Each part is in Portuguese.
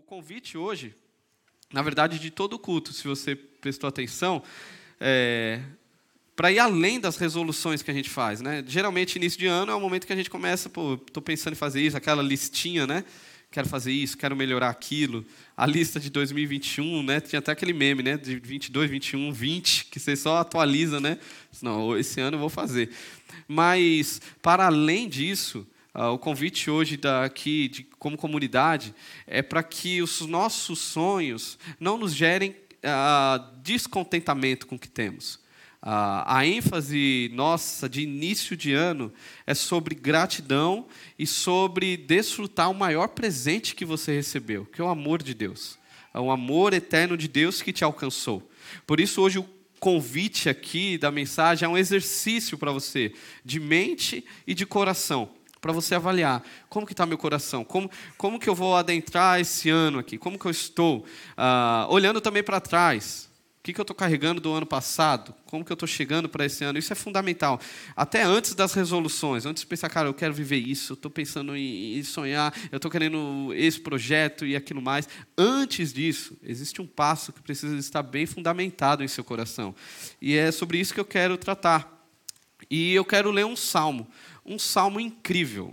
convite hoje, na verdade, de todo o culto, se você prestou atenção, para ir além das resoluções que a gente faz, né? Geralmente, início de ano é o momento que a gente começa, estou pensando em fazer isso, aquela listinha, né? Quero fazer isso, quero melhorar aquilo. A lista de 2021, né? Tinha até aquele meme, né? De 22, 21, 20, que você só atualiza, né? Não, esse ano eu vou fazer. Mas, para além disso, o convite hoje daqui, como comunidade, é para que os nossos sonhos não nos gerem descontentamento com o que temos. A ênfase nossa de início de ano é sobre gratidão e sobre desfrutar o maior presente que você recebeu, que é o amor de Deus. É o amor eterno de Deus que te alcançou. Por isso, hoje, o convite aqui da mensagem é um exercício para você, de mente e de coração, para você avaliar como que está meu coração, como que eu vou adentrar esse ano aqui, como que eu estou, olhando também para trás. O que eu estou carregando do ano passado? Como que eu estou chegando para esse ano? Isso é fundamental. Até antes das resoluções, antes de pensar, cara, eu quero viver isso, eu estou pensando em sonhar, eu estou querendo esse projeto e aquilo mais. Antes disso, existe um passo que precisa estar bem fundamentado em seu coração. E é sobre isso que eu quero tratar. E eu quero ler um salmo incrível,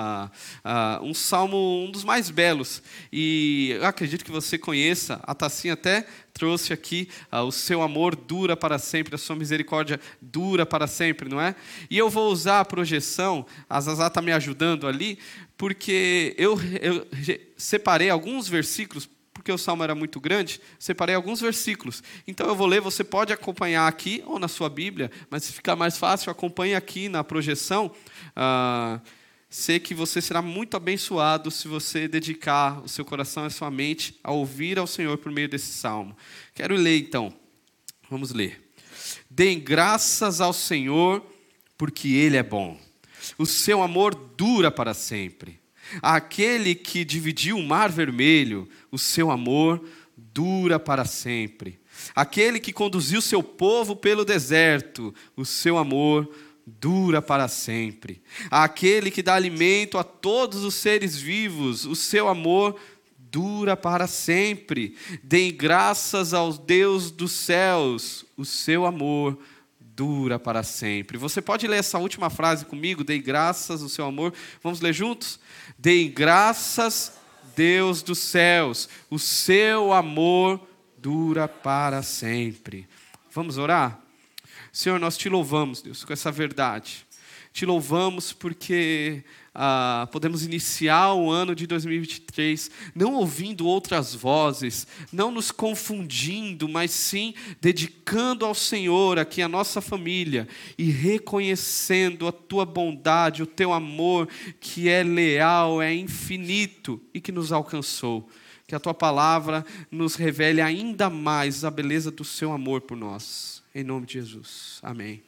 um dos mais belos. E eu acredito que você conheça, a Tassinha até trouxe aqui, o seu amor dura para sempre, a sua misericórdia dura para sempre, não é? E eu vou usar a projeção, a Zazá está me ajudando ali, porque eu separei alguns versículos, porque o salmo era muito grande, separei alguns versículos. Então eu vou ler, você pode acompanhar aqui ou na sua Bíblia, mas se ficar mais fácil, acompanhe aqui na projeção. Sei que você será muito abençoado se você dedicar o seu coração e a sua mente a ouvir ao Senhor por meio desse salmo. Quero ler então, vamos ler. Deem graças ao Senhor, porque Ele é bom. O seu amor dura para sempre. Aquele que dividiu o mar vermelho, o seu amor dura para sempre. Aquele que conduziu seu povo pelo deserto, o seu amor dura para sempre. Aquele que dá alimento a todos os seres vivos, o seu amor dura para sempre. Deem graças ao Deus dos céus, o seu amor dura para sempre. Você pode ler essa última frase comigo? Dei graças ao seu amor. Vamos ler juntos? Dei graças, Deus dos céus, o seu amor dura para sempre. Vamos orar? Senhor, nós te louvamos, Deus, com essa verdade. Te louvamos porque podemos iniciar o ano de 2023 não ouvindo outras vozes, não nos confundindo, mas sim dedicando ao Senhor aqui a nossa família e reconhecendo a tua bondade, o teu amor que é leal, é infinito e que nos alcançou. Que a tua palavra nos revele ainda mais a beleza do seu amor por nós. Em nome de Jesus. Amém.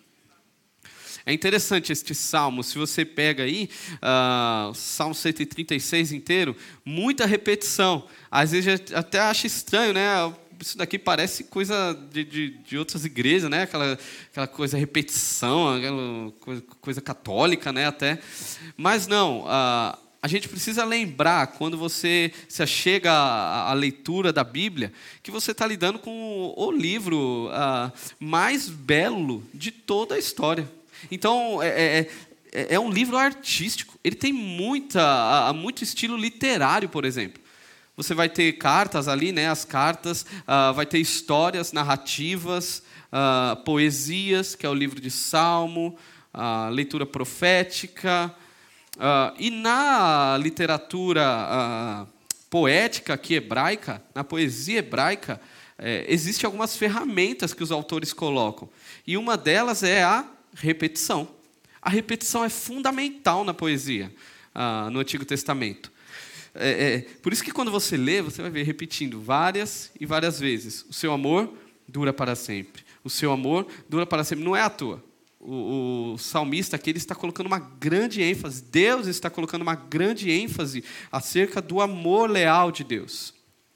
É interessante este salmo, se você pega aí, o Salmo 136 inteiro, muita repetição. Às vezes até acha estranho, né? Isso daqui parece coisa de outras igrejas, né? Aquela coisa repetição, aquela coisa católica, né? Até. Mas não, a gente precisa lembrar, quando você se achega à leitura da Bíblia, que você está lidando com o livro mais belo de toda a história. Então, é um livro artístico. Ele tem muito estilo literário, por exemplo. Você vai ter cartas ali, né? As cartas, vai ter histórias, narrativas, poesias, que é o livro de Salmo, leitura profética. E na literatura poética aqui hebraica, na poesia hebraica, existem algumas ferramentas que os autores colocam. E uma delas é a repetição. A repetição é fundamental na poesia, no Antigo Testamento. Por isso que quando você lê, você vai ver repetindo várias e várias vezes. O seu amor dura para sempre. O seu amor dura para sempre. Não é à toa. O salmista aqui ele está colocando uma grande ênfase, Deus está colocando uma grande ênfase acerca do amor leal de Deus.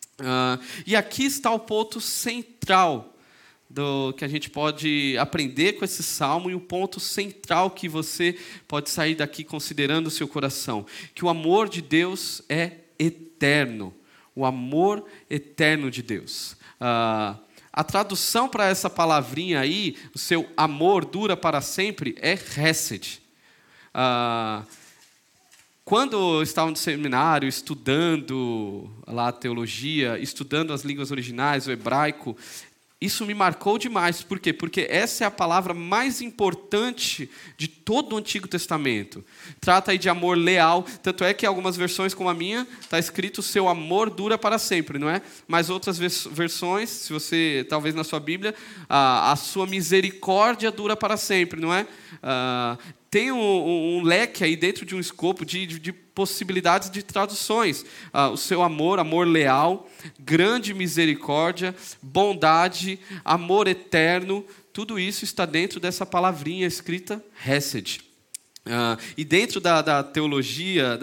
E aqui está o ponto central do que a gente pode aprender com esse salmo e o ponto central que você pode sair daqui considerando o seu coração, que o amor de Deus é eterno. O amor eterno de Deus. A tradução para essa palavrinha aí, o seu amor dura para sempre, é Hesed. Quando eu estava no seminário, estudando lá a teologia, estudando as línguas originais, o hebraico, isso me marcou demais. Por quê? Porque essa é a palavra mais importante de todo o Antigo Testamento. Trata aí de amor leal. Tanto é que em algumas versões como a minha, está escrito seu amor dura para sempre, não é? Mas outras versões, se você, talvez na sua Bíblia, a sua misericórdia dura para sempre, não é? Tem um leque aí dentro de um escopo de possibilidades de traduções. O seu amor leal, grande misericórdia, bondade, amor eterno, tudo isso está dentro dessa palavrinha escrita Hesed. E dentro da teologia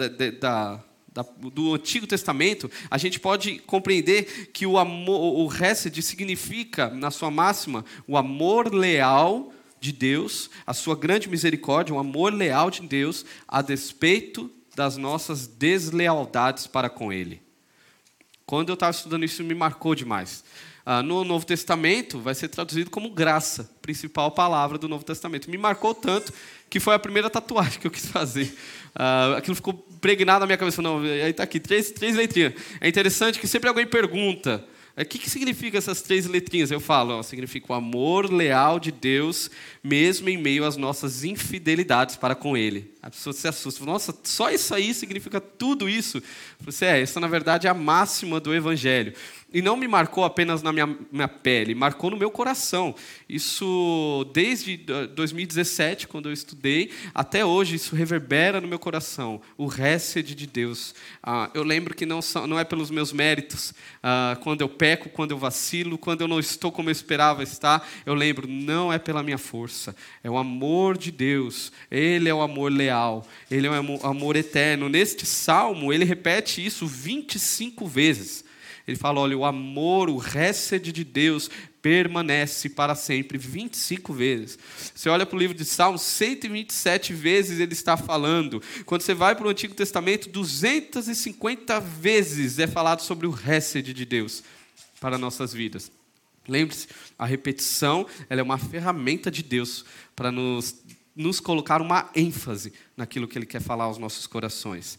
do Antigo Testamento, a gente pode compreender que o Hesed significa, na sua máxima, o amor leal de Deus, a sua grande misericórdia, o amor leal de Deus, a despeito das nossas deslealdades para com Ele. Quando eu estava estudando isso, me marcou demais. No Novo Testamento, vai ser traduzido como graça, principal palavra do Novo Testamento. Me marcou tanto que foi a primeira tatuagem que eu quis fazer. Aquilo ficou impregnado na minha cabeça. Não, aí está aqui, três letrinhas. É interessante que sempre alguém pergunta, o que significa essas 3 letrinhas? Eu falo, significa o amor leal de Deus, mesmo em meio às nossas infidelidades para com Ele. A pessoa se assusta. Nossa, só isso aí significa tudo isso? Você essa na verdade é a máxima do Evangelho. E não me marcou apenas na minha pele, marcou no meu coração. Isso desde 2017, quando eu estudei, até hoje, isso reverbera no meu coração. O Hesed de Deus. Eu lembro que não é pelos meus méritos. Quando eu peco, quando eu vacilo, quando eu não estou como eu esperava estar, eu lembro, não é pela minha força. É o amor de Deus. Ele é o amor leal. Ele é o amor eterno. Neste salmo, ele repete isso 25 vezes. Ele fala, olha, o amor, o Hesed de Deus permanece para sempre, 25 vezes. Você olha para o livro de Salmos, 127 vezes ele está falando. Quando você vai para o Antigo Testamento, 250 vezes é falado sobre o Hesed de Deus para nossas vidas. Lembre-se, a repetição ela é uma ferramenta de Deus para nos colocar uma ênfase naquilo que Ele quer falar aos nossos corações.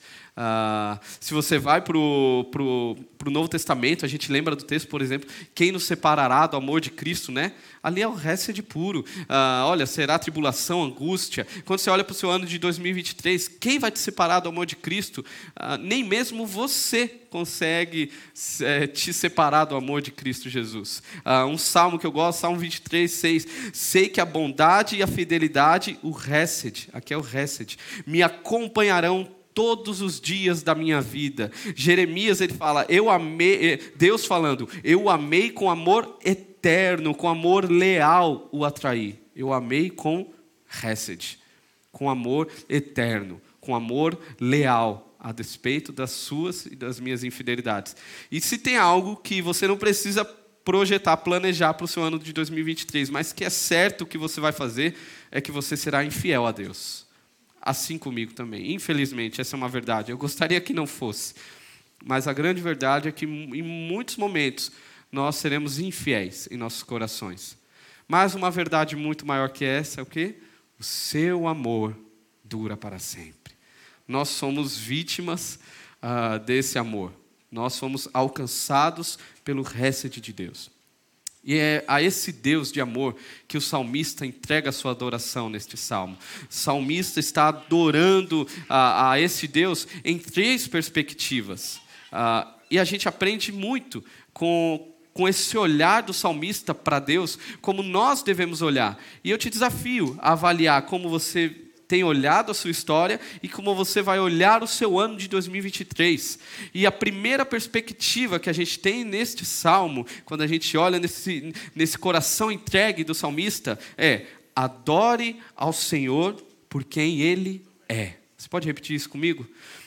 Se você vai para o Novo Testamento, a gente lembra do texto, por exemplo, quem nos separará do amor de Cristo, né? Ali é o Hesed puro. Olha, será tribulação, angústia. Quando você olha para o seu ano de 2023, quem vai te separar do amor de Cristo? Nem mesmo você consegue te separar do amor de Cristo Jesus. Um salmo que eu gosto, Salmo 23, 6. Sei que a bondade e a fidelidade, o Hesed, aqui é o Hesed, me acompanharão todos os dias da minha vida. Jeremias, ele fala, eu amei, Deus falando, eu amei com amor eterno, com amor leal o atraí. Eu amei com Hesed, com amor eterno, com amor leal, a despeito das suas e das minhas infidelidades. E se tem algo que você não precisa projetar, planejar para o seu ano de 2023, mas que é certo que você vai fazer, é que você será infiel a Deus. Assim comigo também. Infelizmente, essa é uma verdade. Eu gostaria que não fosse. Mas a grande verdade é que, em muitos momentos, nós seremos infiéis em nossos corações. Mas uma verdade muito maior que essa é o quê? O seu amor dura para sempre. Nós somos vítimas desse amor. Nós somos alcançados pelo Hesed de Deus. E é a esse Deus de amor que o salmista entrega a sua adoração neste salmo. O salmista está adorando a esse Deus em 3 perspectivas. E a gente aprende muito com esse olhar do salmista para Deus, como nós devemos olhar. E eu te desafio a avaliar como você tem olhado a sua história e como você vai olhar o seu ano de 2023. E a primeira perspectiva que a gente tem neste salmo, quando a gente olha nesse coração entregue do salmista, é: adore ao Senhor por quem Ele é. Você pode repetir isso comigo?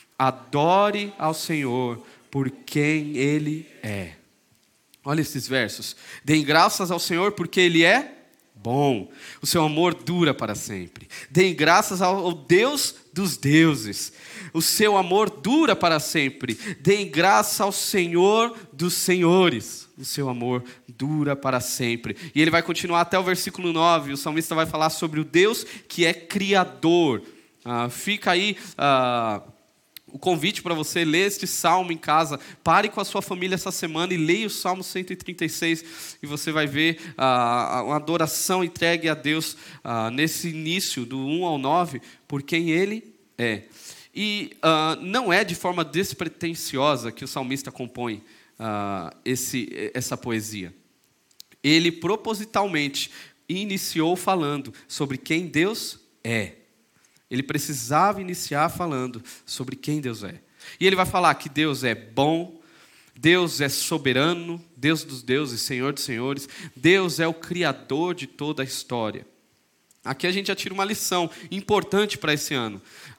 Adore ao Senhor por quem Ele é. Olha esses versos. Deem graças ao Senhor porque Ele é bom. O seu amor dura para sempre. Deem graças ao Deus dos deuses. O seu amor dura para sempre. Deem graça ao Senhor dos senhores. O seu amor dura para sempre. E ele vai continuar até o versículo 9. O salmista vai falar sobre o Deus que é criador. Fica aí o convite para você ler este salmo em casa. Pare com a sua família essa semana e leia o Salmo 136 e você vai ver uma adoração entregue a Deus nesse início do 1 ao 9, por quem Ele é. E não é de forma despretensiosa que o salmista compõe essa poesia. Ele propositalmente iniciou falando sobre quem Deus é. Ele precisava iniciar falando sobre quem Deus é. E ele vai falar que Deus é bom, Deus é soberano, Deus dos deuses, Senhor dos senhores. Deus é o Criador de toda a história. Aqui a gente já tira uma lição importante para esse ano.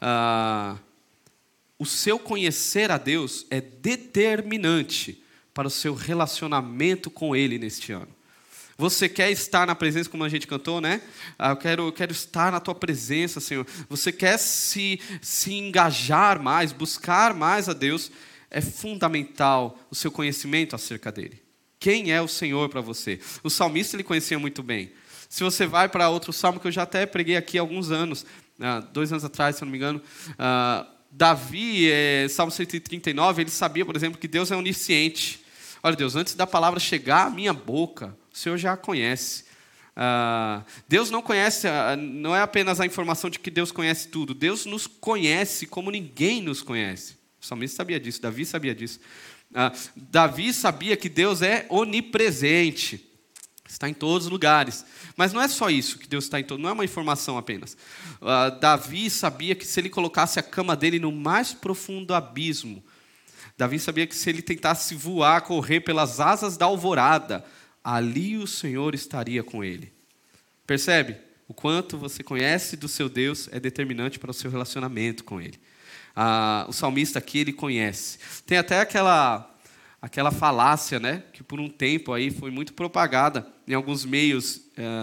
O seu conhecer a Deus é determinante para o seu relacionamento com Ele neste ano. Você quer estar na presença, como a gente cantou, né? Eu quero estar na tua presença, Senhor. Você quer se engajar mais, buscar mais a Deus. É fundamental o seu conhecimento acerca dele. Quem é o Senhor para você? O salmista ele conhecia muito bem. Se você vai para outro salmo que eu já até preguei aqui há alguns anos, 2 anos atrás, se não me engano, Davi, Salmo 139, ele sabia, por exemplo, que Deus é onisciente. Olha, Deus, antes da palavra chegar à minha boca, o Senhor já a conhece. Deus não conhece, não é apenas a informação de que Deus conhece tudo. Deus nos conhece como ninguém nos conhece. O salmista sabia disso, Davi sabia disso. Davi sabia que Deus é onipresente. Está em todos os lugares. Mas não é só isso que Deus está em todos, não é uma informação apenas. Davi sabia que se ele colocasse a cama dele no mais profundo abismo, Davi sabia que se ele tentasse voar, correr pelas asas da alvorada, ali o Senhor estaria com ele. Percebe? O quanto você conhece do seu Deus é determinante para o seu relacionamento com Ele. O salmista aqui, ele conhece. Tem até aquela falácia, né, que por um tempo aí foi muito propagada em alguns meios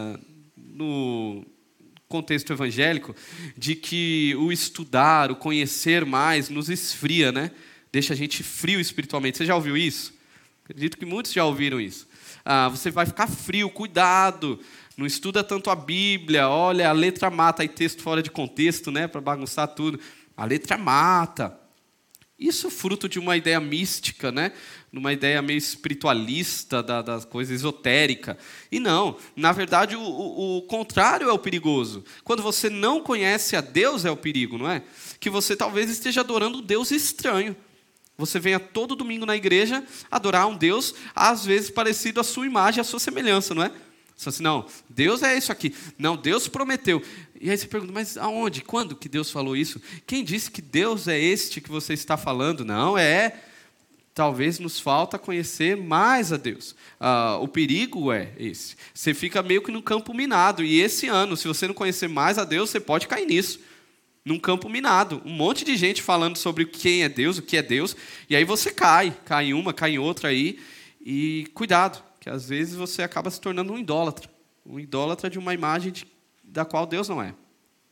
no contexto evangélico, de que o estudar, o conhecer mais nos esfria, né? Deixa a gente frio espiritualmente. Você já ouviu isso? Acredito que muitos já ouviram isso. Você vai ficar frio, cuidado, não estuda tanto a Bíblia, olha, a letra mata, aí texto fora de contexto, né, para bagunçar tudo. A letra mata. Isso é fruto de uma ideia mística, né? Numa ideia meio espiritualista da coisa esotérica. E não, na verdade o contrário é o perigoso. Quando você não conhece a Deus é o perigo, não é? Que você talvez esteja adorando um Deus estranho. Você venha todo domingo na igreja adorar um Deus, às vezes parecido à sua imagem, à sua semelhança, não é? Você fala assim, não, Deus é isso aqui. Não, Deus prometeu. E aí você pergunta, mas aonde? Quando que Deus falou isso? Quem disse que Deus é este que você está falando? Não, talvez nos falta conhecer mais a Deus. O perigo é esse. Você fica meio que num campo minado. E esse ano, se você não conhecer mais a Deus, você pode cair nisso. Num campo minado. Um monte de gente falando sobre quem é Deus, o que é Deus. E aí você cai em uma, cai em outra aí. E cuidado, que às vezes você acaba se tornando um idólatra. Um idólatra de uma imagem da qual Deus não é.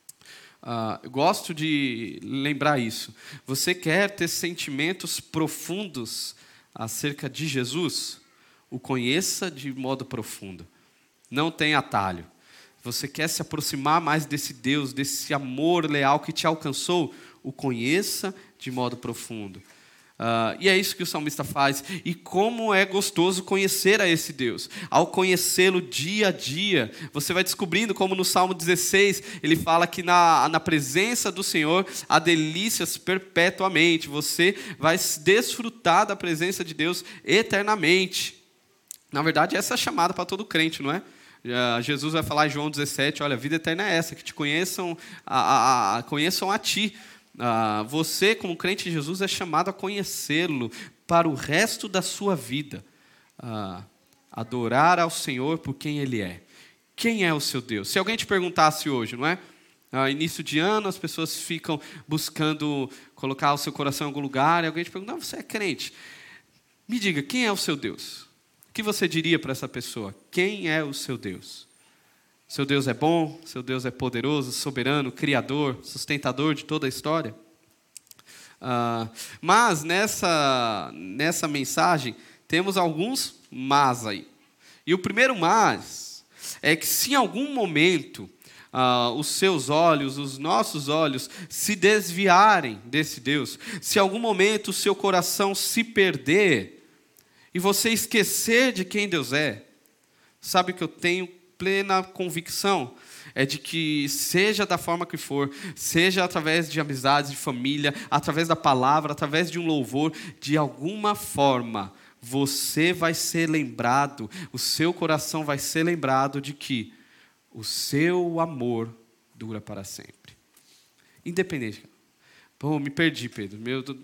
Eu gosto de lembrar isso. Você quer ter sentimentos profundos acerca de Jesus? O conheça de modo profundo. Não tem atalho. Você quer se aproximar mais desse Deus, desse amor leal que te alcançou? O conheça de modo profundo. E é isso que o salmista faz. E como é gostoso conhecer a esse Deus. Ao conhecê-lo dia a dia, você vai descobrindo, como no Salmo 16, ele fala que na presença do Senhor há delícias perpetuamente. Você vai desfrutar da presença de Deus eternamente. Na verdade, essa é a chamada para todo crente, não é? Jesus vai falar em João 17, olha, a vida eterna é essa, que te conheçam a ti. Você, como crente de Jesus, é chamado a conhecê-lo para o resto da sua vida. Adorar ao Senhor por quem Ele é. Quem é o seu Deus? Se alguém te perguntasse hoje, não é? Início de ano, as pessoas ficam buscando colocar o seu coração em algum lugar, e alguém te pergunta, não, você é crente. Me diga, quem é o seu Deus? O que você diria para essa pessoa? Quem é o seu Deus? Seu Deus é bom, seu Deus é poderoso, soberano, criador, sustentador de toda a história. Mas nessa mensagem temos alguns mas aí. E o primeiro mas é que se em algum momento os seus olhos, os nossos olhos se desviarem desse Deus, se em algum momento o seu coração se perder e você esquecer de quem Deus é, sabe que eu tenho plena convicção é de que seja da forma que for, seja através de amizades, de família, através da palavra, através de um louvor, de alguma forma você vai ser lembrado, o seu coração vai ser lembrado de que o seu amor dura para sempre. Independente. Pô, me perdi, Pedro.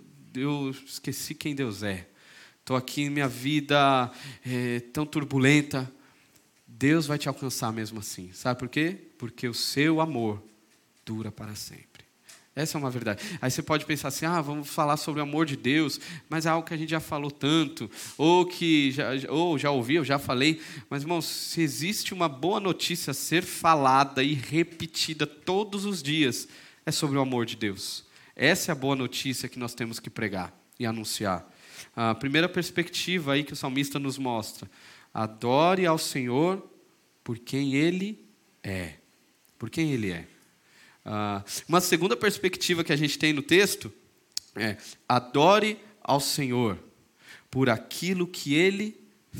Eu esqueci quem Deus é. Estou aqui, minha vida tão turbulenta. Deus vai te alcançar mesmo assim. Sabe por quê? Porque o seu amor dura para sempre. Essa é uma verdade. Aí você pode pensar assim, vamos falar sobre o amor de Deus, mas é algo que a gente já falou tanto, ou já ouvi, eu já falei. Mas, irmãos, se existe uma boa notícia a ser falada e repetida todos os dias, é sobre o amor de Deus. Essa é a boa notícia que nós temos que pregar e anunciar. A primeira perspectiva aí que o salmista nos mostra: adore ao Senhor por quem Ele é. Por quem Ele é. Uma segunda perspectiva que a gente tem no texto é: adore ao Senhor por aquilo que Ele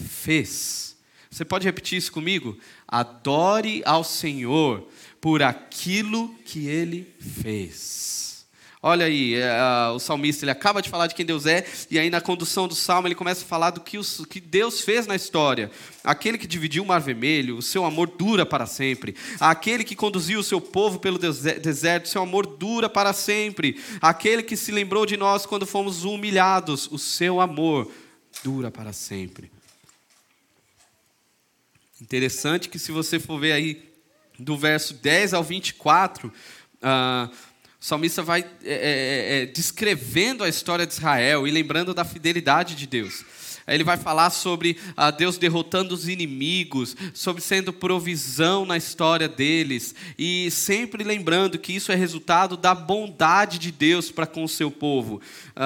fez. Você pode repetir isso comigo? Adore ao Senhor por aquilo que Ele fez. Olha aí, o salmista ele acaba de falar de quem Deus é, e aí na condução do salmo ele começa a falar do que Deus fez na história. Aquele que dividiu o mar vermelho, o seu amor dura para sempre. Aquele que conduziu o seu povo pelo deserto, seu amor dura para sempre. Aquele que se lembrou de nós quando fomos humilhados, o seu amor dura para sempre. Interessante que se você for ver aí do verso 10 ao 24, o salmista vai descrevendo a história de Israel e lembrando da fidelidade de Deus. Ele vai falar sobre Deus derrotando os inimigos, sobre sendo provisão na história deles, e sempre lembrando que isso é resultado da bondade de Deus para com o seu povo.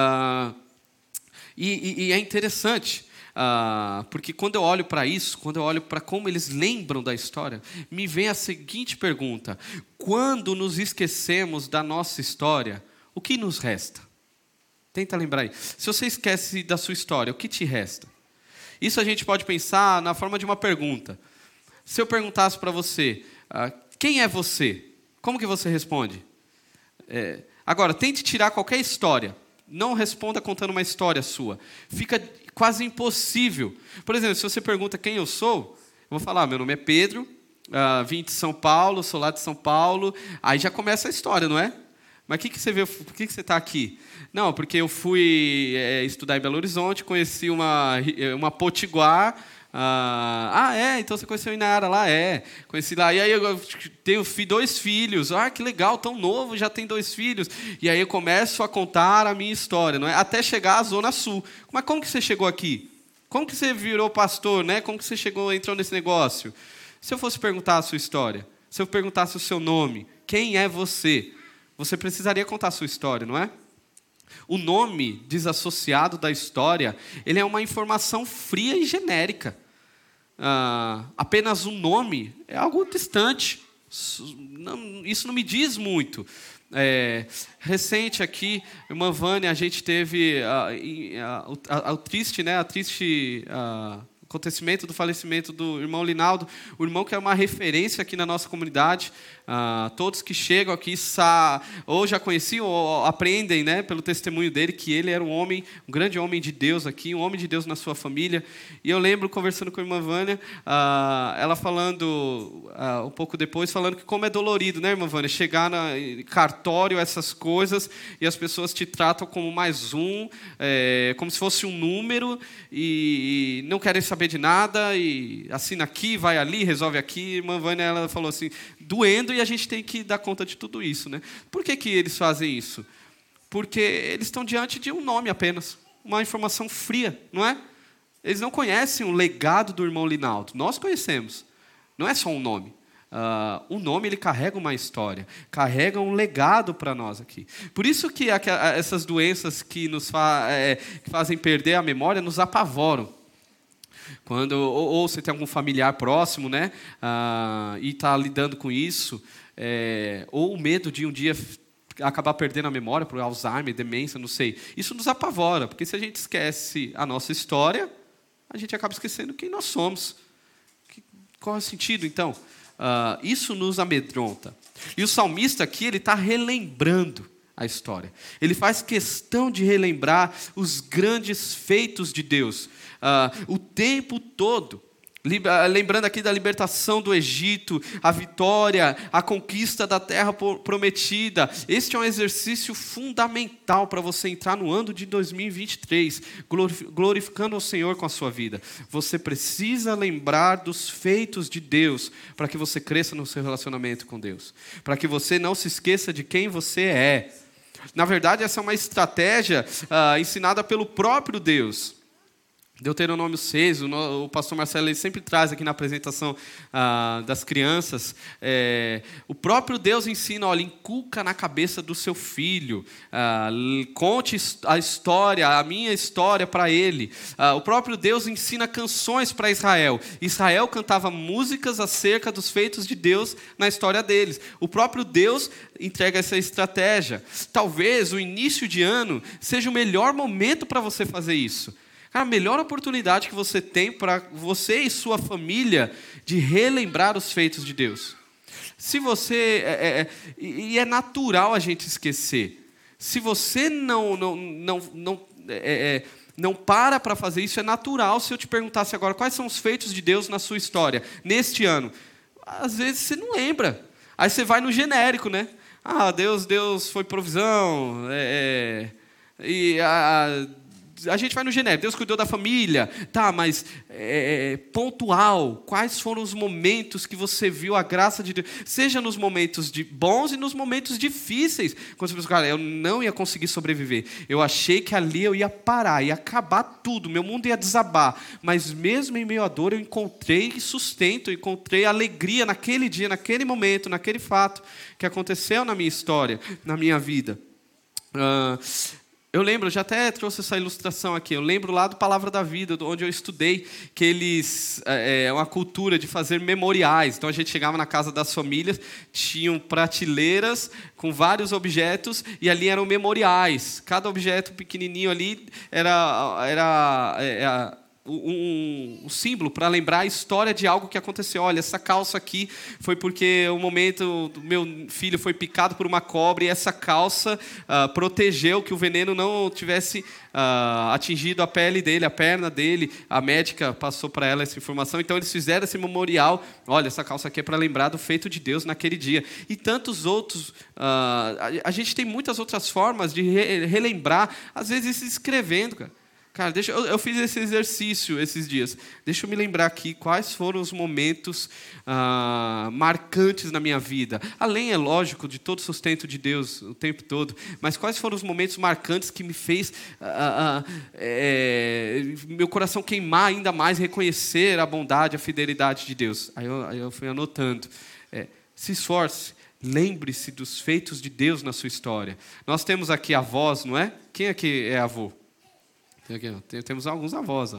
E é interessante, porque quando eu olho para isso, quando eu olho para como eles lembram da história, me vem a seguinte pergunta: quando nos esquecemos da nossa história, o que nos resta? Tenta lembrar aí. Se você esquece da sua história, o que te resta? Isso a gente pode pensar na forma de uma pergunta. Se eu perguntasse para você, quem é você? Como que você responde? Agora, tente tirar qualquer história. Não responda contando uma história sua. Fica quase impossível. Por exemplo, se você pergunta quem eu sou, eu vou falar: meu nome é Pedro, vim de São Paulo, sou lá de São Paulo. Aí já começa a história, não é? Mas o que você vê? Por que você está aqui? Não, porque eu fui estudar em Belo Horizonte, conheci uma potiguar. Então você conheceu a Inara lá? Conheci lá. E aí eu tenho 2 filhos. Que legal, tão novo, já tem 2 filhos. E aí eu começo a contar a minha história, não é? Até chegar à Zona Sul. Mas como que você chegou aqui? Como que você virou pastor, né? Como que você entrou nesse negócio? Se eu fosse perguntar a sua história, se eu perguntasse o seu nome, quem é você? Você precisaria contar a sua história, não é? O nome desassociado da história, ele é uma informação fria e genérica. Apenas um nome é algo distante. Isso não me diz muito. Recente aqui, irmã Vânia, a gente teve o triste acontecimento do falecimento do irmão Linaldo, o irmão que é uma referência aqui na nossa comunidade. Todos que chegam aqui ou já conheciam ou aprendem, né, pelo testemunho dele, que ele era um grande homem de Deus aqui, um homem de Deus na sua família. E eu lembro, conversando com a irmã Vânia, ela falando, um pouco depois, falando que como é dolorido, né, irmã Vânia, chegar no cartório, essas coisas, e as pessoas te tratam como mais como se fosse um número, e não querem saber de nada, e assina aqui, vai ali, resolve aqui. Irmã Vânia, ela falou assim, doendo, e a gente tem que dar conta de tudo isso, né? Por que eles fazem isso? Porque eles estão diante de um nome apenas, uma informação fria, não é? Eles não conhecem o legado do irmão Linaldo. Nós conhecemos. Não é só um nome. o nome ele carrega uma história, carrega um legado para nós aqui. Por isso que essas doenças que nos que fazem perder a memória nos apavoram. Quando ou você tem algum familiar próximo, né, e está lidando com isso, ou o medo de um dia acabar perdendo a memória por Alzheimer, demência, não sei. Isso nos apavora, porque se a gente esquece a nossa história, a gente acaba esquecendo quem nós somos. Qual é o sentido, então? Isso nos amedronta. E o salmista aqui, ele está relembrando a história. Ele faz questão de relembrar os grandes feitos de Deus, o tempo todo. Lembrando aqui da libertação do Egito, a vitória, a conquista da terra prometida. Este é um exercício fundamental para você entrar no ano de 2023, glorificando ao Senhor com a sua vida. Você precisa lembrar dos feitos de Deus para que você cresça no seu relacionamento com Deus, para que você não se esqueça de quem você é. Na verdade, essa é uma estratégia ensinada pelo próprio Deus. Deuteronômio 6, o pastor Marcelo ele sempre traz aqui na apresentação das crianças, o próprio Deus ensina, olha, inculca na cabeça do seu filho, conte a história, a minha história para ele. O próprio Deus ensina canções para Israel. Israel cantava músicas acerca dos feitos de Deus na história deles. O próprio Deus entrega essa estratégia. Talvez o início de ano seja o melhor momento para você fazer isso. A melhor oportunidade que você tem para você e sua família de relembrar os feitos de Deus. Se você... E é natural a gente esquecer. Se você não para fazer isso, é natural se eu te perguntasse agora quais são os feitos de Deus na sua história, neste ano. Às vezes você não lembra. Aí você vai no genérico, né? Deus foi provisão. A gente vai no genérico, Deus cuidou da família, mas pontual, quais foram os momentos que você viu a graça de Deus, seja nos momentos bons e nos momentos difíceis, quando você pensa, cara, eu não ia conseguir sobreviver, eu achei que ali eu ia parar, ia acabar tudo, meu mundo ia desabar, mas mesmo em meio à dor eu encontrei sustento, eu encontrei alegria naquele dia, naquele momento, naquele fato que aconteceu na minha história, na minha vida. Eu lembro, eu já até trouxe essa ilustração aqui, eu lembro lá do Palavra da Vida, onde eu estudei, que eles, uma cultura de fazer memoriais. Então a gente chegava na casa das famílias, tinham prateleiras com vários objetos, e ali eram memoriais. Cada objeto pequenininho ali era um símbolo para lembrar a história de algo que aconteceu. Olha, essa calça aqui foi porque o momento do meu filho foi picado por uma cobra e essa calça protegeu que o veneno não tivesse atingido a pele dele, a perna dele. A médica passou para ela essa informação. Então eles fizeram esse memorial. Olha, essa calça aqui é para lembrar do feito de Deus naquele dia. E tantos outros. A gente tem muitas outras formas de relembrar, às vezes escrevendo, cara. Cara, eu fiz esse exercício esses dias. Deixa eu me lembrar aqui quais foram os momentos marcantes na minha vida. Além, é lógico, de todo o sustento de Deus o tempo todo, mas quais foram os momentos marcantes que me fez meu coração queimar ainda mais, reconhecer a bondade, a fidelidade de Deus. Aí eu fui anotando. Se esforce. Lembre-se dos feitos de Deus na sua história. Nós temos aqui avós, não é? Quem aqui é avô? Temos alguns avós.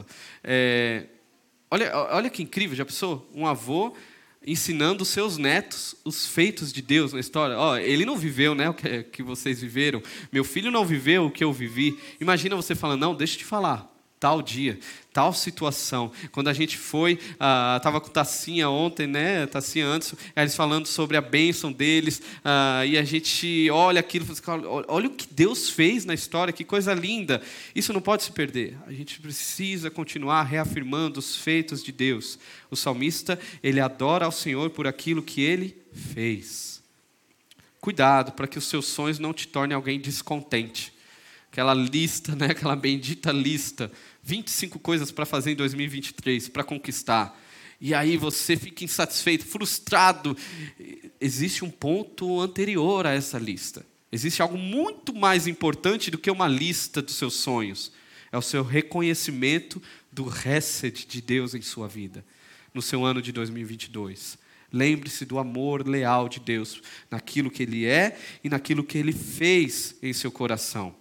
Olha que incrível, já pensou? Um avô ensinando os seus netos os feitos de Deus na história. Ele não viveu, né, o que vocês viveram. Meu filho não viveu o que eu vivi. Imagina você falando, não, deixa eu te falar. Tal dia, tal situação. Quando a gente foi, estava com Tacinha ontem, né? Tacinha antes, eles falando sobre a bênção deles, e a gente olha aquilo, olha o que Deus fez na história, que coisa linda. Isso não pode se perder. A gente precisa continuar reafirmando os feitos de Deus. O salmista, ele adora ao Senhor por aquilo que Ele fez. Cuidado para que os seus sonhos não te tornem alguém descontente. Aquela lista, né? Aquela bendita lista, 25 coisas para fazer em 2023, para conquistar. E aí você fica insatisfeito, frustrado. Existe um ponto anterior a essa lista. Existe algo muito mais importante do que uma lista dos seus sonhos. É o seu reconhecimento do Hesed de Deus em sua vida, no seu ano de 2022. Lembre-se do amor leal de Deus, naquilo que Ele é e naquilo que Ele fez em seu coração.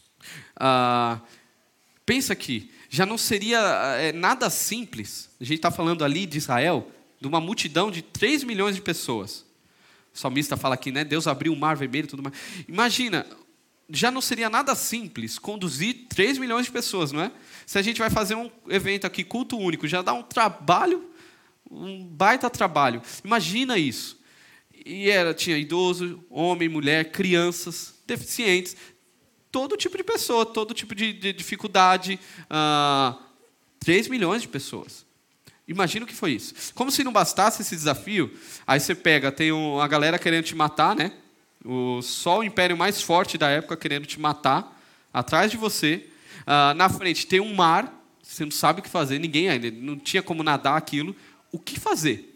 Pensa aqui, já não seria nada simples. A gente está falando ali de Israel, de uma multidão de 3 milhões de pessoas. O salmista fala aqui, né? Deus abriu o mar vermelho e tudo mais. Imagina, já não seria nada simples conduzir 3 milhões de pessoas, não é? Se a gente vai fazer um evento aqui, culto único, já dá um trabalho, um baita trabalho. Imagina isso. E tinha idoso, homem, mulher, crianças, deficientes, todo tipo de pessoa, todo tipo de dificuldade. 3 milhões de pessoas. Imagina o que foi isso. Como se não bastasse esse desafio, aí você pega, tem a galera querendo te matar, né? Só o império mais forte da época querendo te matar, atrás de você. Na frente tem um mar, você não sabe o que fazer, ninguém ainda, não tinha como nadar aquilo. O que fazer?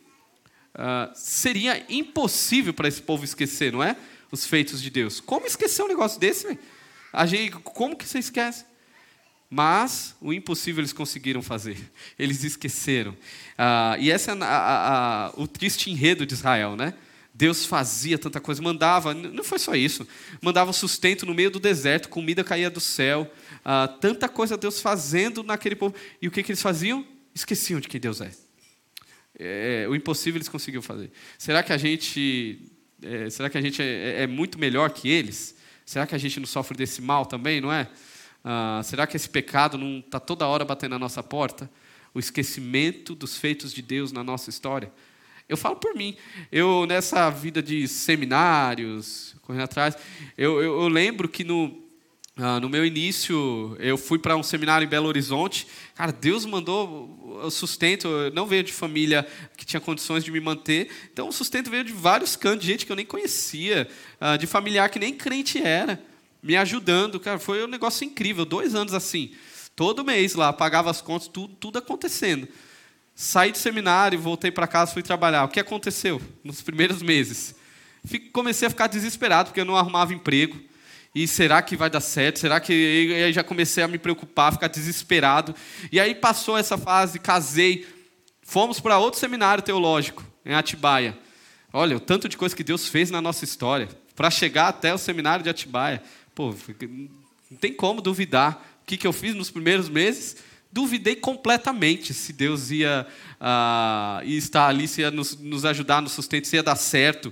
Seria impossível para esse povo esquecer, não é? Os feitos de Deus. Como esquecer um negócio desse, velho? Como que você esquece? Mas o impossível eles conseguiram fazer. Eles esqueceram. E esse é o triste enredo de Israel, né? Deus fazia tanta coisa, mandava, não foi só isso, mandava sustento no meio do deserto, comida caía do céu, tanta coisa Deus fazendo naquele povo. E o que eles faziam? Esqueciam de quem Deus é. O impossível eles conseguiram fazer. Será que a gente é muito melhor que eles? Será que a gente não sofre desse mal também, não é? Será que esse pecado não está toda hora batendo na nossa porta? O esquecimento dos feitos de Deus na nossa história? Eu falo por mim. Eu, nessa vida de seminários, correndo atrás, eu lembro que no meu início, eu fui para um seminário em Belo Horizonte. Cara, Deus mandou o sustento. Eu não veio de família que tinha condições de me manter. Então, o sustento veio de vários cantos, de gente que eu nem conhecia, de familiar que nem crente era, me ajudando. Cara, foi um negócio incrível. 2 anos assim. Todo mês lá, pagava as contas, tudo acontecendo. Saí do seminário, voltei para casa, fui trabalhar. O que aconteceu nos primeiros meses? Comecei a ficar desesperado, porque eu não arrumava emprego. E será que vai dar certo? Será que... E aí já comecei a me preocupar, ficar desesperado. E aí passou essa fase, casei. Fomos para outro seminário teológico, em Atibaia. Olha, o tanto de coisa que Deus fez na nossa história. Para chegar até o seminário de Atibaia. Pô, não tem como duvidar. O que eu fiz nos primeiros meses? Duvidei completamente se Deus ia estar ali, se ia nos ajudar no sustento, se ia dar certo.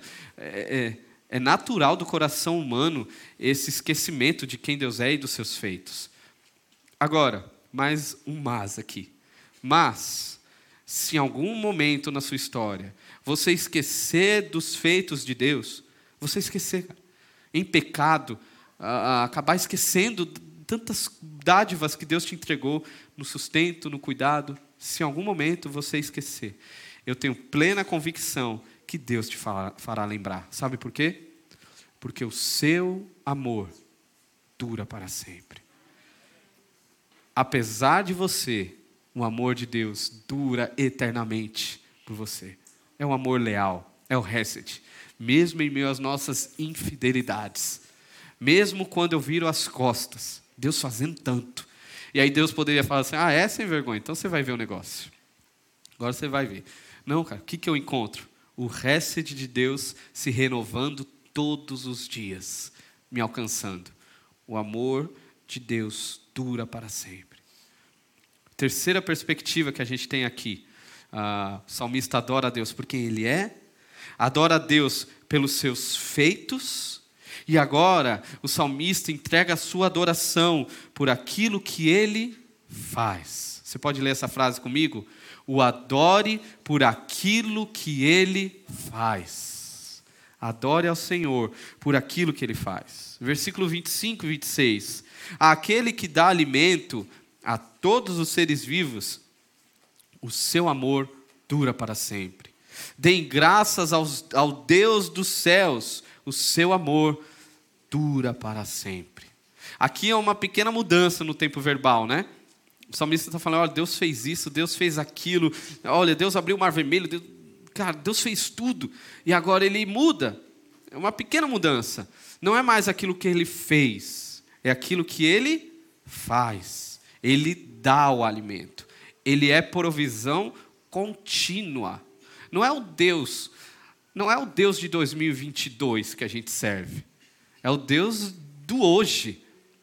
É natural do coração humano esse esquecimento de quem Deus é e dos seus feitos. Agora, mais um mas aqui. Mas, se em algum momento na sua história você esquecer dos feitos de Deus, você esquecer, em pecado, acabar esquecendo tantas dádivas que Deus te entregou no sustento, no cuidado, se em algum momento você esquecer, eu tenho plena convicção que Deus te fará lembrar. Sabe por quê? Porque o seu amor dura para sempre. Apesar de você, o amor de Deus dura eternamente por você. É um amor leal, é o Hesed. Mesmo em meio às nossas infidelidades, mesmo quando eu viro as costas, Deus fazendo tanto. E aí Deus poderia falar assim, é sem vergonha, então você vai ver o negócio. Agora você vai ver. Não, cara, o que eu encontro? O Hesed de Deus se renovando todos os dias, me alcançando. O amor de Deus dura para sempre. Terceira perspectiva que a gente tem aqui. O salmista adora a Deus por quem Ele é, adora a Deus pelos seus feitos, e agora o salmista entrega a sua adoração por aquilo que Ele faz. Você pode ler essa frase comigo? O adore por aquilo que Ele faz. Adore ao Senhor por aquilo que Ele faz. Versículo 25 e 26. Aquele que dá alimento a todos os seres vivos, o seu amor dura para sempre. Deem graças ao Deus dos céus, o seu amor dura para sempre. Aqui é uma pequena mudança no tempo verbal, né? O salmista está falando, olha, Deus fez isso, Deus fez aquilo, olha, Deus abriu o mar vermelho, Deus fez tudo, e agora Ele muda. É uma pequena mudança. Não é mais aquilo que Ele fez, é aquilo que Ele faz. Ele dá o alimento. Ele é provisão contínua. não é o Deus de 2022 que a gente serve. É o Deus do hoje.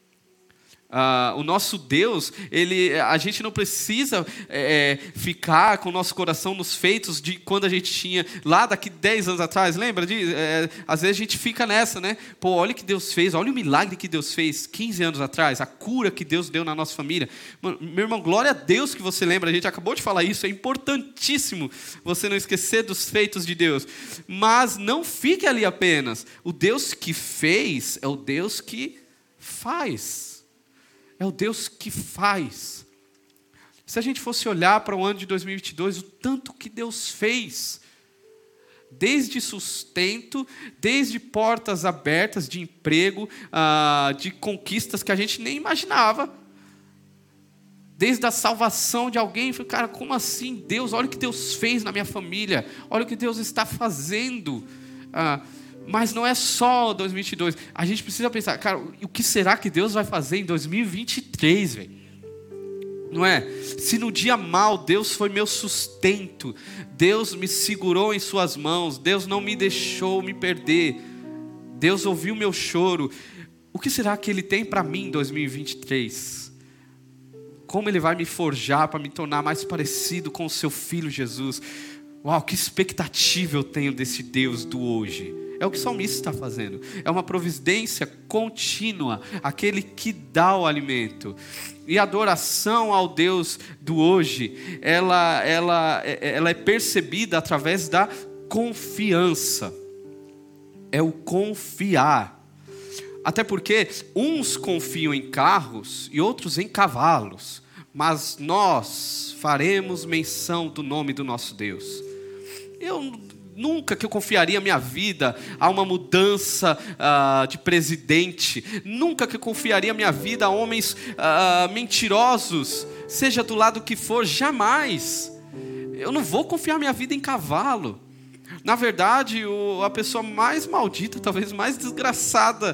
O nosso Deus, a gente não precisa ficar com o nosso coração nos feitos de quando a gente tinha, lá daqui 10 anos atrás, lembra disso? Às vezes a gente fica nessa, né? Pô, olha o que Deus fez, olha o milagre que Deus fez 15 anos atrás, a cura que Deus deu na nossa família. Mano, meu irmão, glória a Deus que você lembra, a gente acabou de falar isso, é importantíssimo você não esquecer dos feitos de Deus. Mas não fique ali apenas. O Deus que fez é o Deus que faz. É o Deus que faz. Se a gente fosse olhar para o ano de 2022, o tanto que Deus fez, desde sustento, desde portas abertas de emprego, de conquistas que a gente nem imaginava, desde a salvação de alguém, falei, cara, como assim Deus? Olha o que Deus fez na minha família, olha o que Deus está fazendo. Mas não é só 2022. A gente precisa pensar, cara, o que será que Deus vai fazer em 2023, velho? Não é? Se no dia mau Deus foi meu sustento, Deus me segurou em suas mãos, Deus não me deixou me perder, Deus ouviu meu choro, o que será que Ele tem para mim em 2023? Como Ele vai me forjar para me tornar mais parecido com o Seu Filho Jesus? Uau, que expectativa eu tenho desse Deus do hoje. É o que o salmista está fazendo. É uma providência contínua, aquele que dá o alimento. E a adoração ao Deus do hoje, ela é percebida através da confiança. É o confiar. Até porque uns confiam em carros e outros em cavalos. Mas nós faremos menção do nome do nosso Deus. Nunca que eu confiaria minha vida a uma mudança de presidente. Nunca que eu confiaria minha vida a homens mentirosos, seja do lado que for, jamais. Eu não vou confiar minha vida em cavalo. Na verdade, a pessoa mais maldita, talvez mais desgraçada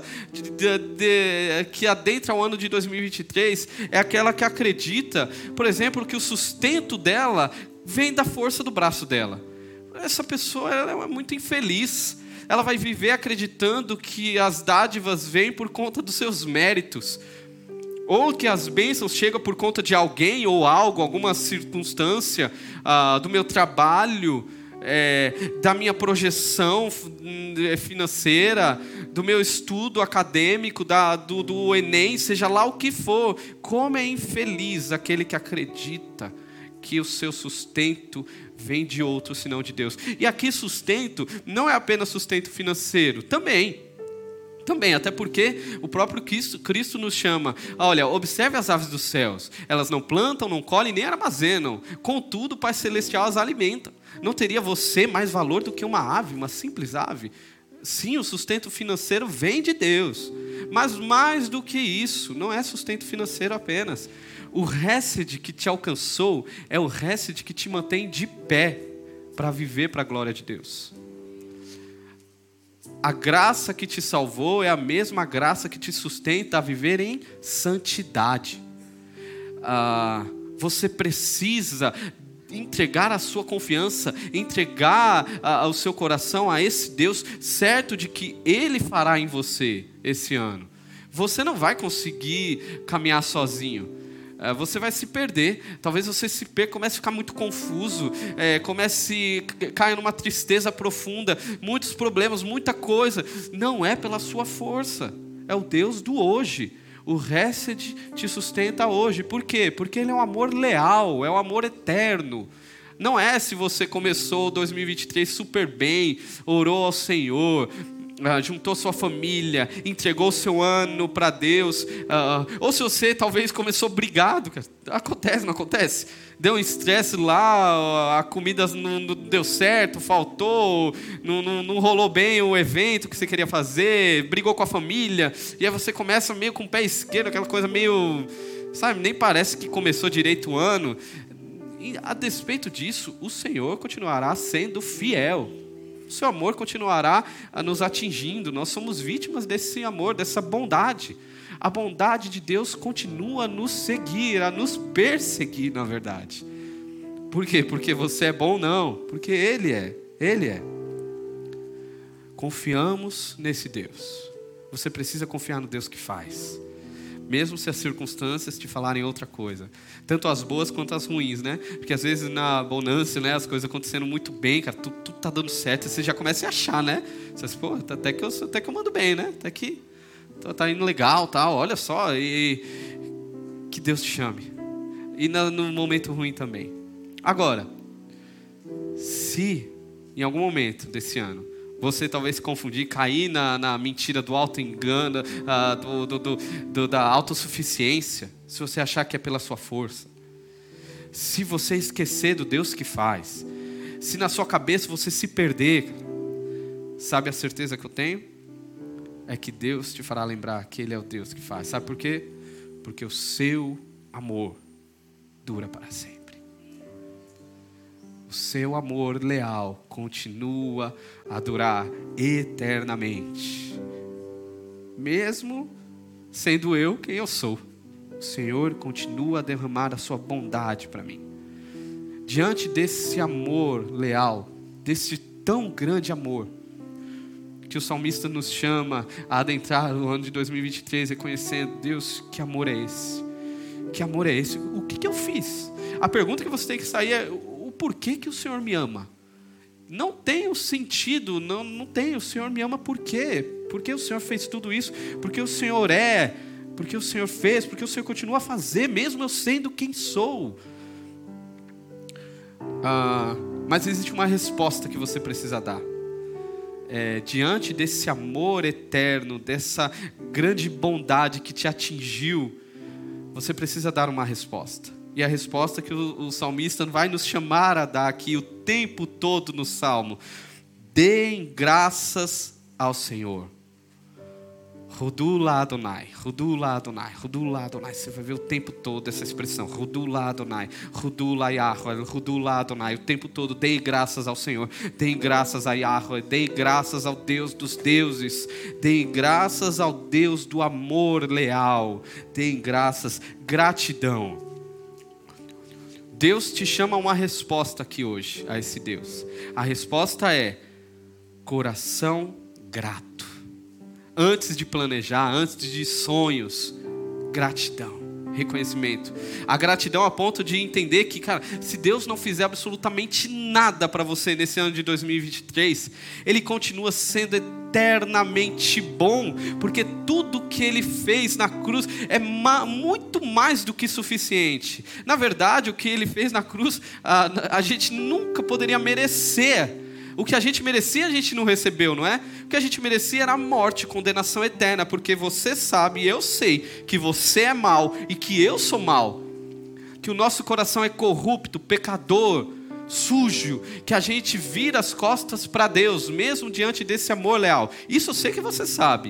que adentra o ano de 2023 é aquela que acredita, por exemplo, que o sustento dela vem da força do braço dela. Essa pessoa ela é muito infeliz. Ela vai viver acreditando que as dádivas vêm por conta dos seus méritos, ou que as bênçãos chegam por conta de alguém ou algo, alguma circunstância do meu trabalho, da minha projeção financeira, do meu estudo acadêmico, do Enem, seja lá o que for. Como é infeliz aquele que acredita que o seu sustento vem de outro senão de Deus. E aqui sustento não é apenas sustento financeiro, também, até porque o próprio Cristo nos chama, olha, observe as aves dos céus, elas não plantam, não colhem, nem armazenam, contudo o Pai Celestial as alimenta. Não teria você mais valor do que uma ave, uma simples ave? Sim, o sustento financeiro vem de Deus, mas mais do que isso, não é sustento financeiro apenas. O Hesed que te alcançou é o Hesed que te mantém de pé para viver para a glória de Deus. A graça que te salvou é a mesma graça que te sustenta a viver em santidade. Você precisa entregar a sua confiança, entregar o seu coração a esse Deus, certo de que Ele fará em você esse ano. Você não vai conseguir caminhar sozinho. Você vai se perder, talvez você se perca, comece a ficar muito confuso, caia numa tristeza profunda, muitos problemas, muita coisa. Não é pela sua força, é o Deus do hoje. O Hesed te sustenta hoje. Por quê? Porque Ele é um amor leal, é um amor eterno. Não é se você começou 2023 super bem, orou ao Senhor, juntou sua família, entregou seu ano para Deus, ou se você talvez começou brigado, acontece, não acontece? Deu um estresse lá, a comida não deu certo, faltou, não rolou bem o evento que você queria fazer, brigou com a família, e aí você começa meio com o pé esquerdo, aquela coisa meio, sabe, nem parece que começou direito o ano. E a despeito disso, o Senhor continuará sendo fiel. O seu amor continuará nos atingindo. Nós somos vítimas desse amor, dessa bondade. A bondade de Deus continua a nos seguir, a nos perseguir, na verdade. Por quê? Porque você é bom? Não. Porque Ele é. Ele é. Confiamos nesse Deus. Você precisa confiar no Deus que faz. Mesmo se as circunstâncias te falarem outra coisa. Tanto as boas quanto as ruins, né? Porque às vezes na bonança, né, as coisas acontecendo muito bem, cara, tudo tá dando certo, você já começa a achar, né? Você diz, pô, até que eu mando bem, né? Até que tá indo legal, tal, olha só. E que Deus te chame. E no momento ruim também. Agora, se em algum momento desse ano você talvez se confundir, cair na mentira do auto-engano, da autossuficiência, se você achar que é pela sua força, se você esquecer do Deus que faz, se na sua cabeça você se perder, sabe a certeza que eu tenho? É que Deus te fará lembrar que Ele é o Deus que faz. Sabe por quê? Porque o seu amor dura para sempre. O seu amor leal continua a durar eternamente. Mesmo sendo eu quem eu sou, o Senhor continua a derramar a sua bondade para mim. Diante desse amor leal, desse tão grande amor, que o salmista nos chama a adentrar o ano de 2023 reconhecendo, Deus, que amor é esse? Que amor é esse? O que eu fiz? A pergunta que você tem que sair é, por que o Senhor me ama? Não tem o sentido, não tem, o Senhor me ama por quê? Porque o Senhor fez tudo isso, porque o Senhor é, porque o Senhor fez, porque o Senhor continua a fazer, mesmo eu sendo quem sou. Mas existe uma resposta que você precisa dar. Diante desse amor eterno, dessa grande bondade que te atingiu, você precisa dar uma resposta. E a resposta que o salmista vai nos chamar a dar aqui o tempo todo no Salmo. Deem graças ao Senhor. Rodula Adonai, Rodula Adonai, Rodula Adonai. Você vai ver o tempo todo essa expressão. Rodula Adonai, Rodula Yahweh, Rodula Adonai. O tempo todo, deem graças ao Senhor. Deem graças a Yahweh, deem graças ao Deus dos deuses. Deem graças ao Deus do amor leal. Deem graças, gratidão. Deus te chama a uma resposta aqui hoje, a esse Deus. A resposta é coração grato. Antes de planejar, antes de sonhos, gratidão, reconhecimento. A gratidão a ponto de entender que, cara, se Deus não fizer absolutamente nada para você nesse ano de 2023, Ele continua sendo eternamente bom, porque tudo que Ele fez na cruz é muito mais do que suficiente. Na verdade, o que Ele fez na cruz, a gente nunca poderia merecer. O que a gente merecia, a gente não recebeu, não é? O que a gente merecia era a morte, condenação eterna, porque você sabe e eu sei que você é mau e que eu sou mau, que o nosso coração é corrupto, pecador, sujo, que a gente vira as costas para Deus, mesmo diante desse amor leal. Isso eu sei que você sabe.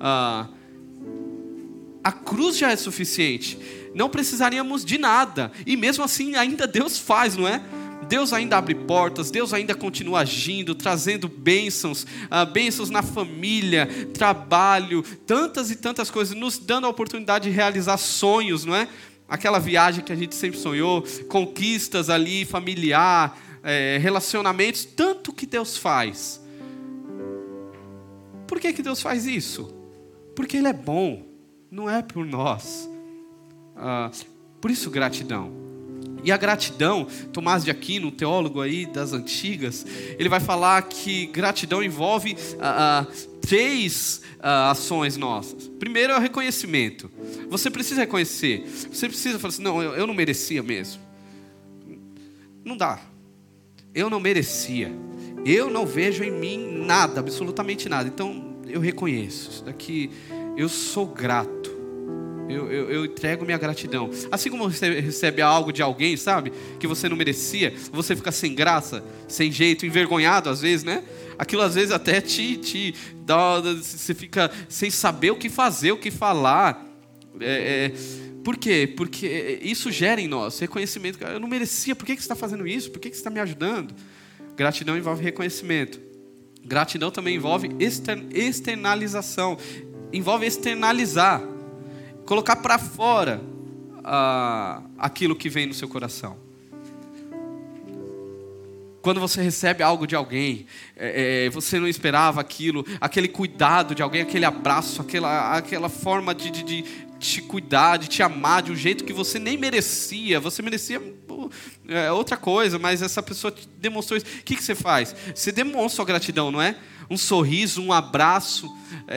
A cruz já é suficiente, não precisaríamos de nada, e mesmo assim ainda Deus faz, não é? Deus ainda abre portas, Deus ainda continua agindo, trazendo bênçãos, bênçãos na família, trabalho, tantas e tantas coisas, nos dando a oportunidade de realizar sonhos, não é? Aquela viagem que a gente sempre sonhou, conquistas ali, familiar, relacionamentos, tanto que Deus faz. Por que Deus faz isso? Porque Ele é bom, não é por nós. Por isso gratidão. E a gratidão, Tomás de Aquino, um teólogo aí das antigas, ele vai falar que gratidão envolve três ações nossas. Primeiro é o reconhecimento. Você precisa reconhecer. Você precisa falar assim, não, eu não merecia mesmo. Não dá. Eu não merecia. Eu não vejo em mim nada, absolutamente nada. Então eu reconheço. Isso daqui, eu sou grato. Eu entrego minha gratidão. Assim como você recebe algo de alguém, sabe? Que você não merecia. Você fica sem graça, sem jeito, envergonhado às vezes, né? Aquilo às vezes até te dá... Você fica sem saber o que fazer, o que falar. Por quê? Porque isso gera em nós reconhecimento. Eu não merecia, por que você está fazendo isso? Por que você está me ajudando? Gratidão envolve reconhecimento. Gratidão também envolve externalização. Envolve externalizar. Colocar para fora aquilo que vem no seu coração. Quando você recebe algo de alguém, você não esperava aquilo, aquele cuidado de alguém, aquele abraço, aquela forma de te cuidar, de te amar de um jeito que você nem merecia. Você merecia outra coisa, mas essa pessoa te demonstrou isso. O que você faz? Você demonstra a gratidão, não é? Um sorriso, um abraço.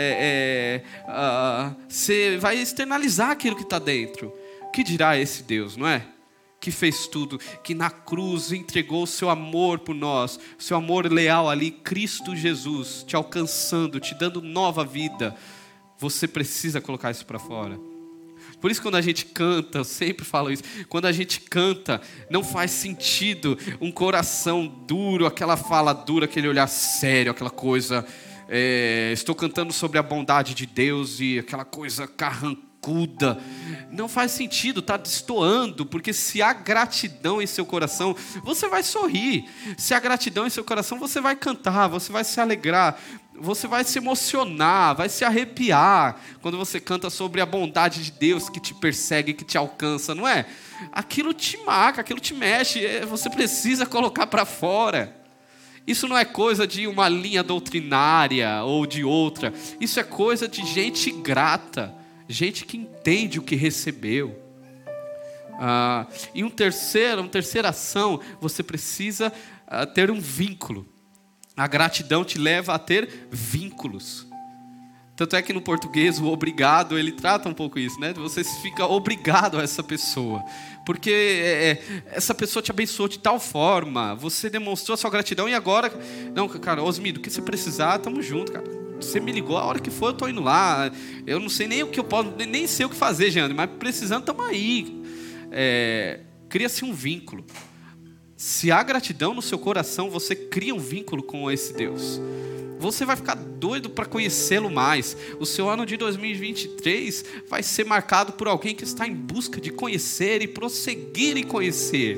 Você vai externalizar aquilo que está dentro. O que dirá esse Deus, não é? Que fez tudo, que na cruz entregou o seu amor por nós, o seu amor leal ali, Cristo Jesus, te alcançando, te dando nova vida. Você precisa colocar isso para fora. Por isso quando a gente canta, eu sempre falo isso, quando a gente canta, não faz sentido um coração duro, aquela fala dura, aquele olhar sério, aquela coisa, estou cantando sobre a bondade de Deus e aquela coisa carrancuda. Não faz sentido, está destoando, porque se há gratidão em seu coração, você vai sorrir. Se há gratidão em seu coração, você vai cantar, você vai se alegrar, você vai se emocionar, vai se arrepiar quando você canta sobre a bondade de Deus que te persegue, que te alcança, não é? Aquilo te marca, aquilo te mexe, você precisa colocar para fora. Isso não é coisa de uma linha doutrinária ou de outra, isso é coisa de gente grata, gente que entende o que recebeu. E uma terceira ação, você precisa ter um vínculo. A gratidão te leva a ter vínculos. Tanto é que no português o obrigado, ele trata um pouco isso, né? Você fica obrigado a essa pessoa, porque essa pessoa te abençoou de tal forma, você demonstrou a sua gratidão e agora, não, cara, Osmido, o que você precisar, tamo junto, cara. Você me ligou, a hora que for eu tô indo lá, eu não sei nem o que eu posso, nem sei o que fazer, Jeane, mas precisando, tamo aí. Cria-se um vínculo. Se há gratidão no seu coração, você cria um vínculo com esse Deus. Você vai ficar doido para conhecê-lo mais. O seu ano de 2023 vai ser marcado por alguém que está em busca de conhecer e prosseguir em conhecer.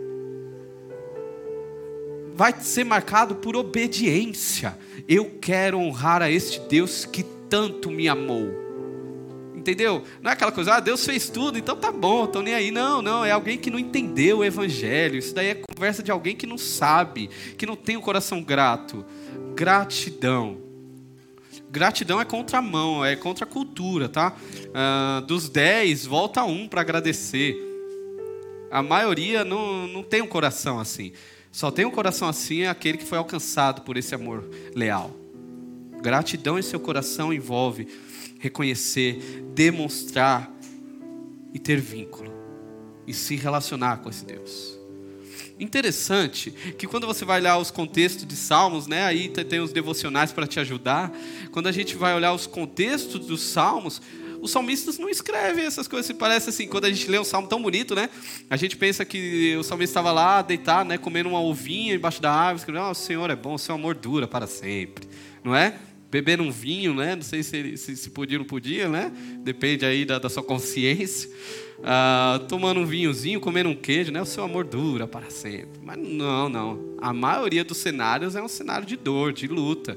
Vai ser marcado por obediência. Eu quero honrar a este Deus que tanto me amou. Entendeu? Não é aquela coisa, Deus fez tudo, então tá bom, tô nem aí. Não, é alguém que não entendeu o evangelho. Isso daí é conversa de alguém que não sabe, que não tem o coração grato. Gratidão. Gratidão é contramão, é contra a cultura, tá? Dos 10, volta 1 para agradecer. A maioria não tem um coração assim. Só tem um coração assim aquele que foi alcançado por esse amor leal. Gratidão em seu coração envolve reconhecer, demonstrar e ter vínculo. E se relacionar com esse Deus. Interessante que quando você vai olhar os contextos de Salmos, né, aí tem os devocionais para te ajudar. Quando a gente vai olhar os contextos dos Salmos, os salmistas não escrevem essas coisas. Se parece assim, quando a gente lê um salmo tão bonito, né, a gente pensa que o salmista estava lá deitado, né, comendo uma uvinha embaixo da árvore, escrevendo, o Senhor é bom, o seu amor dura para sempre, não é? Beber um vinho, né? Não sei se podia ou não podia, né? Depende aí da sua consciência. Tomando um vinhozinho, comendo um queijo, né? O seu amor dura para sempre. Mas não. A maioria dos cenários é um cenário de dor, de luta.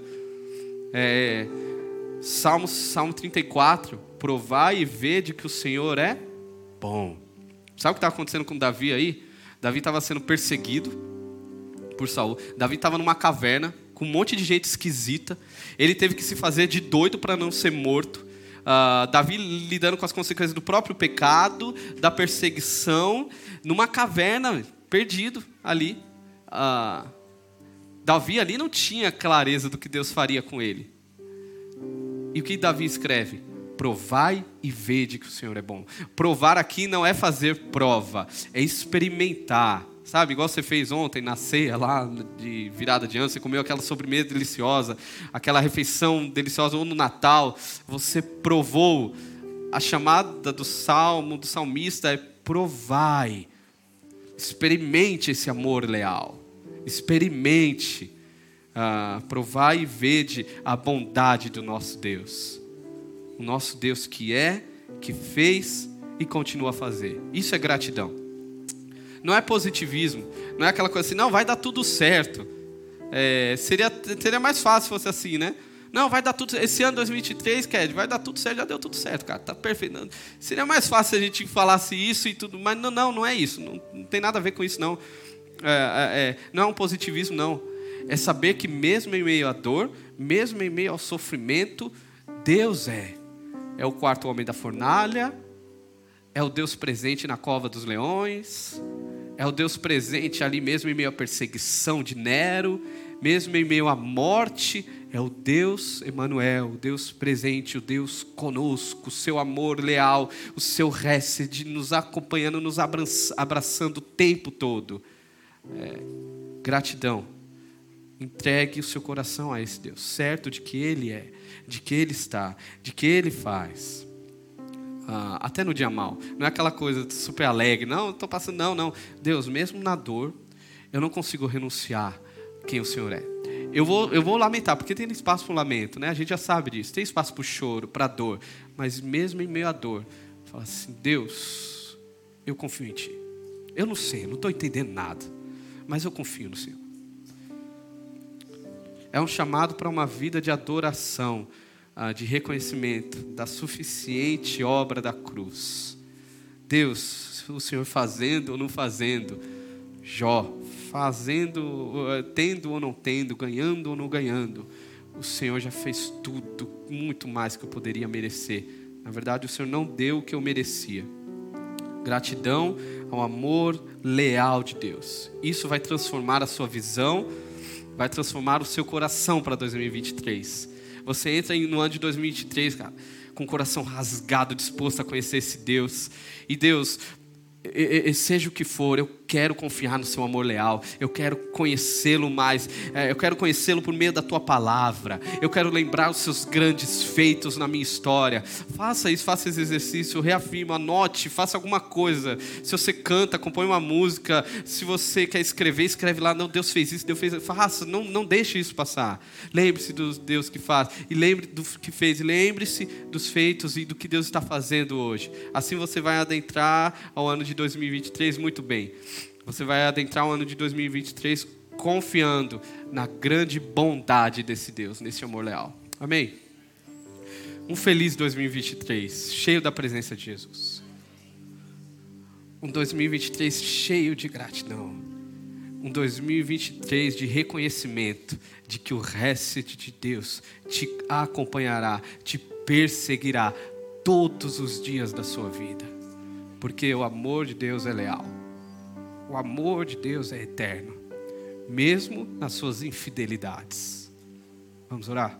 Salmo 34. Provai e vede que o Senhor é bom. Sabe o que estava acontecendo com Davi aí? Davi estava sendo perseguido por Saul. Davi estava numa caverna com um monte de gente esquisita. Ele teve que se fazer de doido para não ser morto. Davi lidando com as consequências do próprio pecado, da perseguição, numa caverna, perdido ali. Davi ali não tinha clareza do que Deus faria com ele. E o que Davi escreve? Provai e vede que o Senhor é bom. Provar aqui não é fazer prova, é experimentar. Sabe, igual você fez ontem na ceia lá de virada de ano, você comeu aquela sobremesa deliciosa, aquela refeição deliciosa, ou no Natal, você provou. A chamada do salmo, do salmista é provai, experimente esse amor leal, experimente, provai e vede a bondade do nosso Deus. O nosso Deus que fez e continua a fazer. Isso é gratidão. Não é positivismo, não é aquela coisa assim, não, vai dar tudo certo. Seria mais fácil se fosse assim, né? Não, vai dar tudo certo. Esse ano 2023, Ked, vai dar tudo certo, já deu tudo certo, cara, tá perfeito. Não, seria mais fácil se a gente falasse isso e tudo, mas não é isso, não tem nada a ver com isso, não. não é um positivismo, não. É saber que mesmo em meio à dor, mesmo em meio ao sofrimento, Deus é o quarto homem da fornalha, é o Deus presente na cova dos leões, é o Deus presente ali mesmo em meio à perseguição de Nero, mesmo em meio à morte, é o Deus Emanuel, o Deus presente, o Deus conosco, o seu amor leal, o seu hesed nos acompanhando, nos abraçando o tempo todo. Gratidão. Entregue o seu coração a esse Deus, certo de que Ele é, de que Ele está, de que Ele faz. Até no dia mal, não é aquela coisa super alegre, não, estou passando, não. Deus, mesmo na dor, eu não consigo renunciar quem o Senhor é. Eu vou lamentar, porque tem espaço para o lamento, né? A gente já sabe disso, tem espaço para o choro, para a dor, mas mesmo em meio à dor, fala assim, Deus, eu confio em Ti. Eu não sei, não estou entendendo nada, mas eu confio no Senhor. É um chamado para uma vida de adoração, de reconhecimento da suficiente obra da cruz. Deus, o Senhor fazendo ou não fazendo, Jó, fazendo, tendo ou não tendo, ganhando ou não ganhando, o Senhor já fez tudo, muito mais que eu poderia merecer. Na verdade, o Senhor não deu o que eu merecia. Gratidão ao amor leal de Deus. Isso vai transformar a sua visão, vai transformar o seu coração para 2023. Você entra no ano de 2023, cara, com o coração rasgado, disposto a conhecer esse Deus. E Deus, seja o que for, eu quero confiar no seu amor leal, eu quero conhecê-lo mais, eu quero conhecê-lo por meio da tua palavra, eu quero lembrar os seus grandes feitos na minha história. Faça isso, faça esse exercício, reafirma, anote, faça alguma coisa. Se você canta, compõe uma música, se você quer escrever, escreve lá, não, Deus fez isso, Deus fez isso. Faça, não deixe isso passar. Lembre-se do Deus que faz, e lembre do que fez, e lembre-se dos feitos e do que Deus está fazendo hoje. Assim você vai adentrar ao ano de 2023 muito bem. Você vai adentrar o ano de 2023 confiando na grande bondade desse Deus, nesse amor leal. Amém? Um feliz 2023, cheio da presença de Jesus. Um 2023 cheio de gratidão. Um 2023 de reconhecimento de que o hesed de Deus te acompanhará, te perseguirá todos os dias da sua vida. Porque o amor de Deus é leal. O amor de Deus é eterno, mesmo nas suas infidelidades. Vamos orar?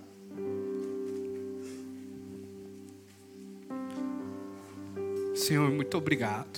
Senhor, muito obrigado.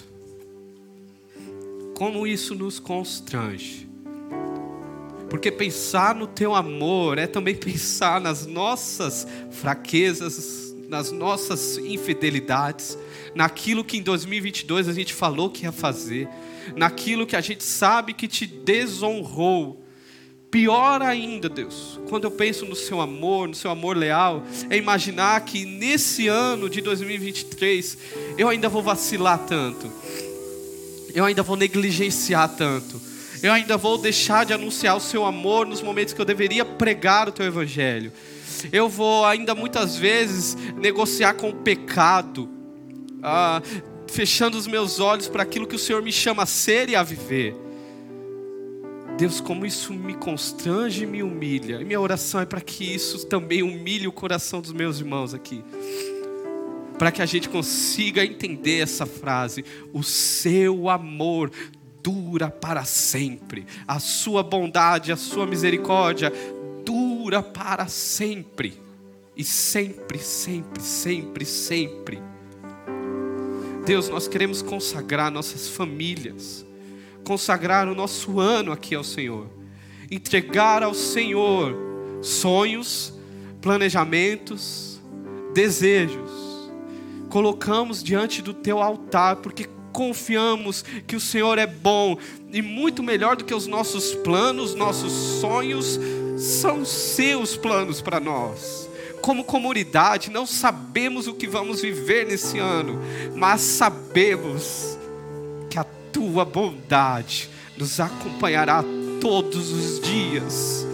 Como isso nos constrange. Porque pensar no teu amor é também pensar nas nossas fraquezas, nas nossas infidelidades, naquilo que em 2022 a gente falou que ia fazer, naquilo que a gente sabe que te desonrou. Pior ainda, Deus, quando eu penso no seu amor leal, é imaginar que nesse ano de 2023 eu ainda vou vacilar tanto, eu ainda vou negligenciar tanto, eu ainda vou deixar de anunciar o seu amor nos momentos que eu deveria pregar o teu evangelho. Eu vou ainda muitas vezes negociar com o pecado, fechando os meus olhos para aquilo que o Senhor me chama a ser e a viver. Deus, como isso me constrange e me humilha. E minha oração é para que isso também humilhe o coração dos meus irmãos aqui. Para que a gente consiga entender essa frase: o seu amor dura para sempre. A sua bondade, a sua misericórdia dura para sempre. E sempre, sempre, sempre, sempre. Deus, nós queremos consagrar nossas famílias, consagrar o nosso ano aqui ao Senhor, entregar ao Senhor sonhos, planejamentos, desejos. Colocamos diante do teu altar, porque confiamos que o Senhor é bom e muito melhor do que os nossos planos, nossos sonhos, são seus planos para nós. Como comunidade, não sabemos o que vamos viver nesse ano, mas sabemos que a tua bondade nos acompanhará todos os dias,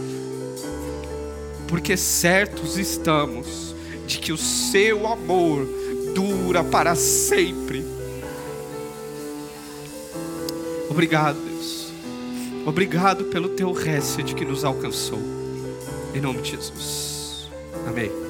porque certos estamos de que o seu amor dura para sempre. Obrigado, Deus. Obrigado pelo teu hesed que nos alcançou. Em nome de Jesus. Amém.